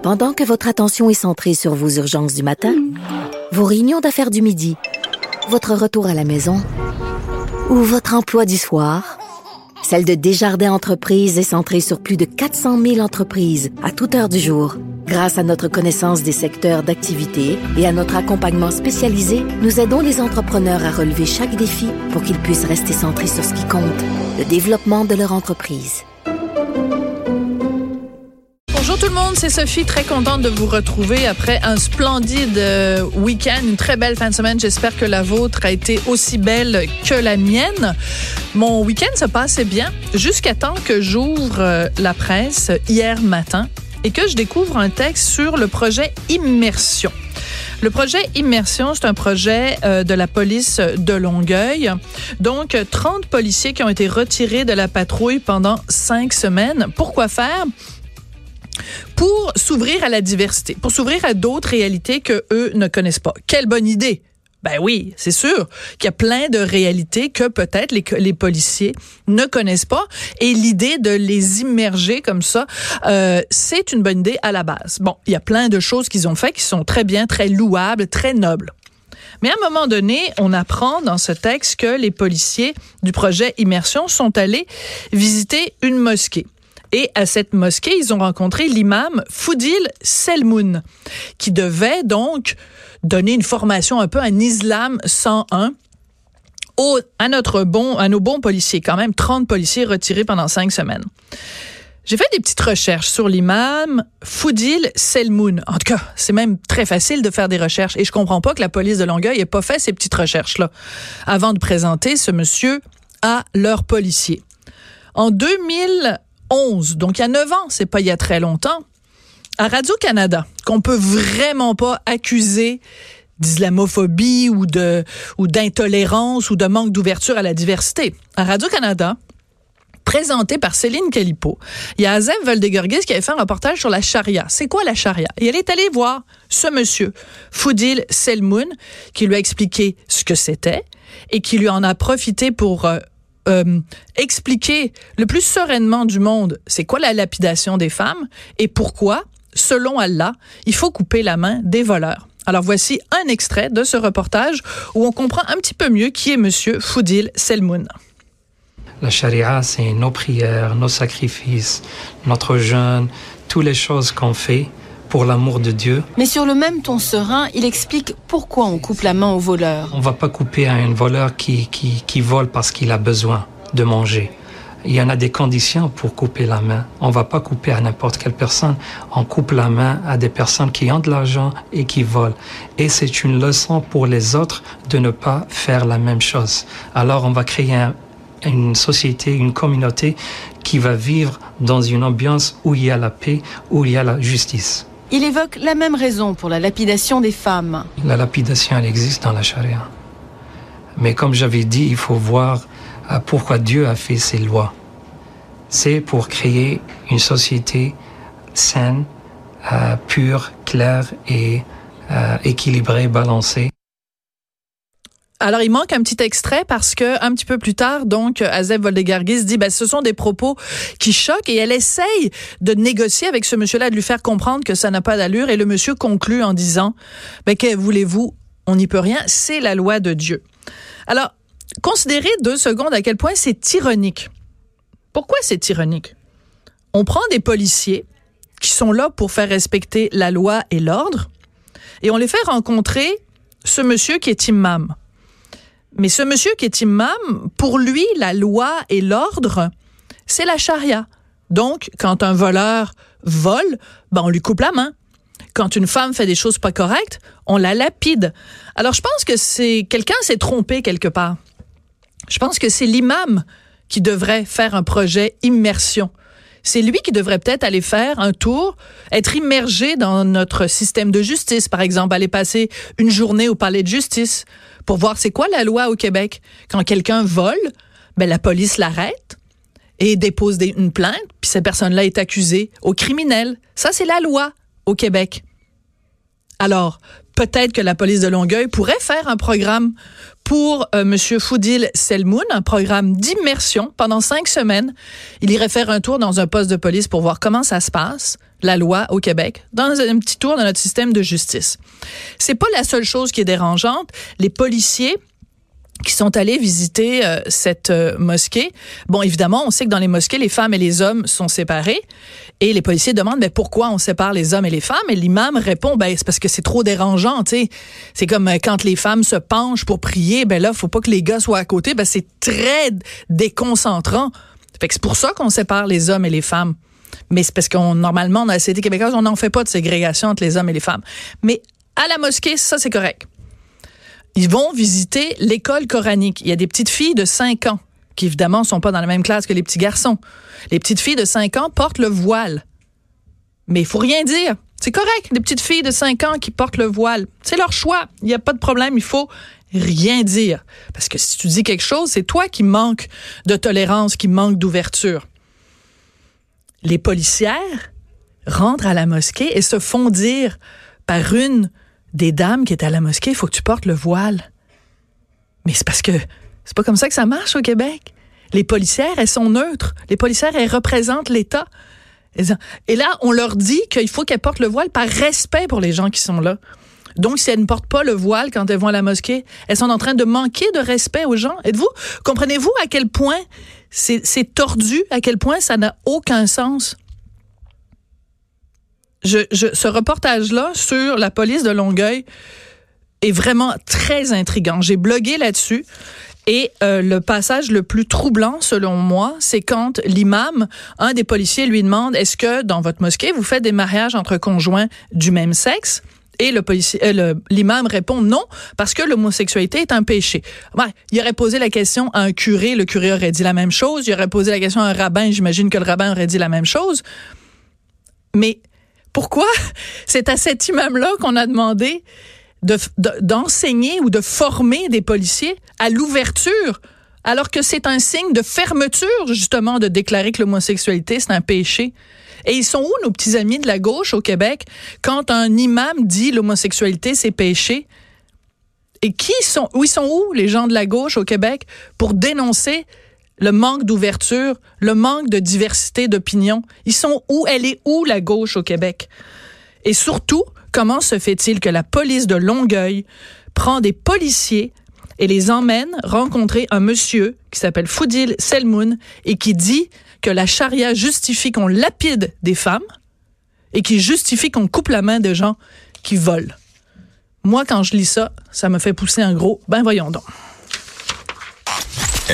Pendant que votre attention est centrée sur vos urgences du matin, vos réunions d'affaires du midi, votre retour à la maison ou votre emploi du soir, celle de Desjardins Entreprises est centrée sur plus de 400 000 entreprises à toute heure du jour. Grâce à notre connaissance des secteurs d'activité et à notre accompagnement spécialisé, nous aidons les entrepreneurs à relever chaque défi pour qu'ils puissent rester centrés sur ce qui compte, le développement de leur entreprise. Bonjour tout le monde, c'est Sophie, très contente de vous retrouver après un splendide week-end, une très belle fin de semaine. J'espère que la vôtre a été aussi belle que la mienne. Mon week-end se passait bien jusqu'à temps que j'ouvre la presse hier matin et que je découvre un texte sur le projet Immersion. Le projet Immersion, c'est un projet de la police de Longueuil. Donc, 30 policiers qui ont été retirés de la patrouille pendant 5 semaines. Pourquoi faire? Pour s'ouvrir à la diversité, pour s'ouvrir à d'autres réalités que eux ne connaissent pas. Quelle bonne idée! Ben oui, c'est sûr qu'il y a plein de réalités que peut-être les policiers ne connaissent pas. Et l'idée de les immerger comme ça, c'est une bonne idée à la base. Bon, il y a plein de choses qu'ils ont fait qui sont très bien, très louables, très nobles. Mais à un moment donné, on apprend dans ce texte que les policiers du projet Immersion sont allés visiter une mosquée. Et à cette mosquée, ils ont rencontré l'imam Foudil Selmoun, qui devait donc donner une formation un peu en Islam 101 à nos bons policiers, quand même 30 policiers retirés pendant 5 semaines. J'ai fait des petites recherches sur l'imam Foudil Selmoun. En tout cas, c'est même très facile de faire des recherches. Et je comprends pas que la police de Longueuil ait pas fait ces petites recherches-là avant de présenter ce monsieur à leurs policiers. En 2011, donc il y a 9 ans, c'est pas il y a très longtemps, à Radio-Canada, qu'on peut vraiment pas accuser d'islamophobie ou d'intolérance ou de manque d'ouverture à la diversité. À Radio-Canada, présenté par Céline Calipo, il y a Azef Voldegorgis qui avait fait un reportage sur la charia. C'est quoi la charia? Et elle est allée voir ce monsieur, Foudil Selmoun, qui lui a expliqué ce que c'était et qui lui en a profité pour expliquer le plus sereinement du monde c'est quoi la lapidation des femmes et pourquoi, selon Allah, il faut couper la main des voleurs. Alors voici un extrait de ce reportage où on comprend un petit peu mieux qui est monsieur Foudil Selmoun. La charia, c'est nos prières, nos sacrifices, notre jeûne, toutes les choses qu'on fait pour l'amour de Dieu. Mais sur le même ton serein, il explique pourquoi on coupe la main au voleur. On ne va pas couper à un voleur qui vole parce qu'il a besoin de manger. Il y en a des conditions pour couper la main. On ne va pas couper à n'importe quelle personne. On coupe la main à des personnes qui ont de l'argent et qui volent. Et c'est une leçon pour les autres de ne pas faire la même chose. Alors on va créer une société, une communauté qui va vivre dans une ambiance où il y a la paix, où il y a la justice. Il évoque la même raison pour la lapidation des femmes. La lapidation, elle existe dans la charia. Mais comme j'avais dit, il faut voir pourquoi Dieu a fait ces lois. C'est pour créer une société saine, pure, claire et équilibrée, balancée. Alors, il manque un petit extrait parce que un petit peu plus tard, donc, Azef Voldegorgis dit, ce sont des propos qui choquent et elle essaye de négocier avec ce monsieur-là, de lui faire comprendre que ça n'a pas d'allure et le monsieur conclut en disant, que voulez-vous, on n'y peut rien, c'est la loi de Dieu. Alors, considérez 2 secondes à quel point c'est ironique. Pourquoi c'est ironique? On prend des policiers qui sont là pour faire respecter la loi et l'ordre et on les fait rencontrer ce monsieur qui est imam. Mais ce monsieur qui est imam, pour lui, la loi et l'ordre, c'est la charia. Donc, quand un voleur vole, on lui coupe la main. Quand une femme fait des choses pas correctes, on la lapide. Alors, je pense que quelqu'un s'est trompé quelque part. Je pense que c'est l'imam qui devrait faire un projet Immersion. C'est lui qui devrait peut-être aller faire un tour, être immergé dans notre système de justice, par exemple, aller passer une journée au palais de justice pour voir c'est quoi la loi au Québec. Quand quelqu'un vole, la police l'arrête et dépose une plainte, puis cette personne-là est accusée au criminel. Ça, c'est la loi au Québec. Alors, peut-être que la police de Longueuil pourrait faire un programme pour Monsieur Foudil Selmoun, un programme d'immersion pendant 5 semaines. Il irait faire un tour dans un poste de police pour voir comment ça se passe, la loi au Québec dans un petit tour de notre système de justice. C'est pas la seule chose qui est dérangeante. Les policiers qui sont allés visiter cette mosquée. Bon, évidemment, on sait que dans les mosquées, les femmes et les hommes sont séparés. Et les policiers demandent, mais pourquoi on sépare les hommes et les femmes? Et l'imam répond, c'est parce que c'est trop dérangeant, tu sais. C'est comme quand les femmes se penchent pour prier, là, faut pas que les gars soient à côté. C'est très déconcentrant. Fait que c'est pour ça qu'on sépare les hommes et les femmes. Mais c'est parce normalement, dans la société québécoise, on n'en fait pas de ségrégation entre les hommes et les femmes. Mais à la mosquée, ça, c'est correct. Ils vont visiter l'école coranique. Il y a des petites filles de 5 ans qui, évidemment, ne sont pas dans la même classe que les petits garçons. Les petites filles de 5 ans portent le voile. Mais il faut rien dire. C'est correct, les petites filles de 5 ans qui portent le voile. C'est leur choix. Il n'y a pas de problème. Il faut rien dire. Parce que si tu dis quelque chose, c'est toi qui manques de tolérance, qui manque d'ouverture. Les policières rentrent à la mosquée et se font dire par une des dames qui étaient à la mosquée, il faut que tu portes le voile. Mais c'est parce que c'est pas comme ça que ça marche au Québec. Les policières, elles sont neutres. Les policières, elles représentent l'État. Et là, on leur dit qu'il faut qu'elles portent le voile par respect pour les gens qui sont là. Donc, si elles ne portent pas le voile quand elles vont à la mosquée, elles sont en train de manquer de respect aux gens. Comprenez-vous à quel point c'est tordu, à quel point ça n'a aucun sens? Ce reportage-là sur la police de Longueuil est vraiment très intriguant. J'ai blogué là-dessus et le passage le plus troublant, selon moi, c'est quand l'imam, un des policiers, lui demande « Est-ce que dans votre mosquée, vous faites des mariages entre conjoints du même sexe ?» Et l'imam répond non, parce que l'homosexualité est un péché. Il aurait posé la question à un curé, le curé aurait dit la même chose. Il aurait posé la question à un rabbin, j'imagine que le rabbin aurait dit la même chose. Mais pourquoi c'est à cet imam-là qu'on a demandé d'enseigner ou de former des policiers à l'ouverture, alors que c'est un signe de fermeture, justement, de déclarer que l'homosexualité, c'est un péché? Et ils sont où, nos petits amis de la gauche au Québec, quand un imam dit l'homosexualité, c'est péché? Et ils sont où, les gens de la gauche au Québec, pour dénoncer le manque d'ouverture, le manque de diversité d'opinion? Ils sont où? Elle est où, la gauche au Québec? Et surtout, comment se fait-il que la police de Longueuil prend des policiers et les emmène rencontrer un monsieur qui s'appelle Foudil Selmoun et qui dit que la charia justifie qu'on lapide des femmes et qui justifie qu'on coupe la main de gens qui volent? Moi, quand je lis ça, ça me fait pousser un gros « ben voyons donc ».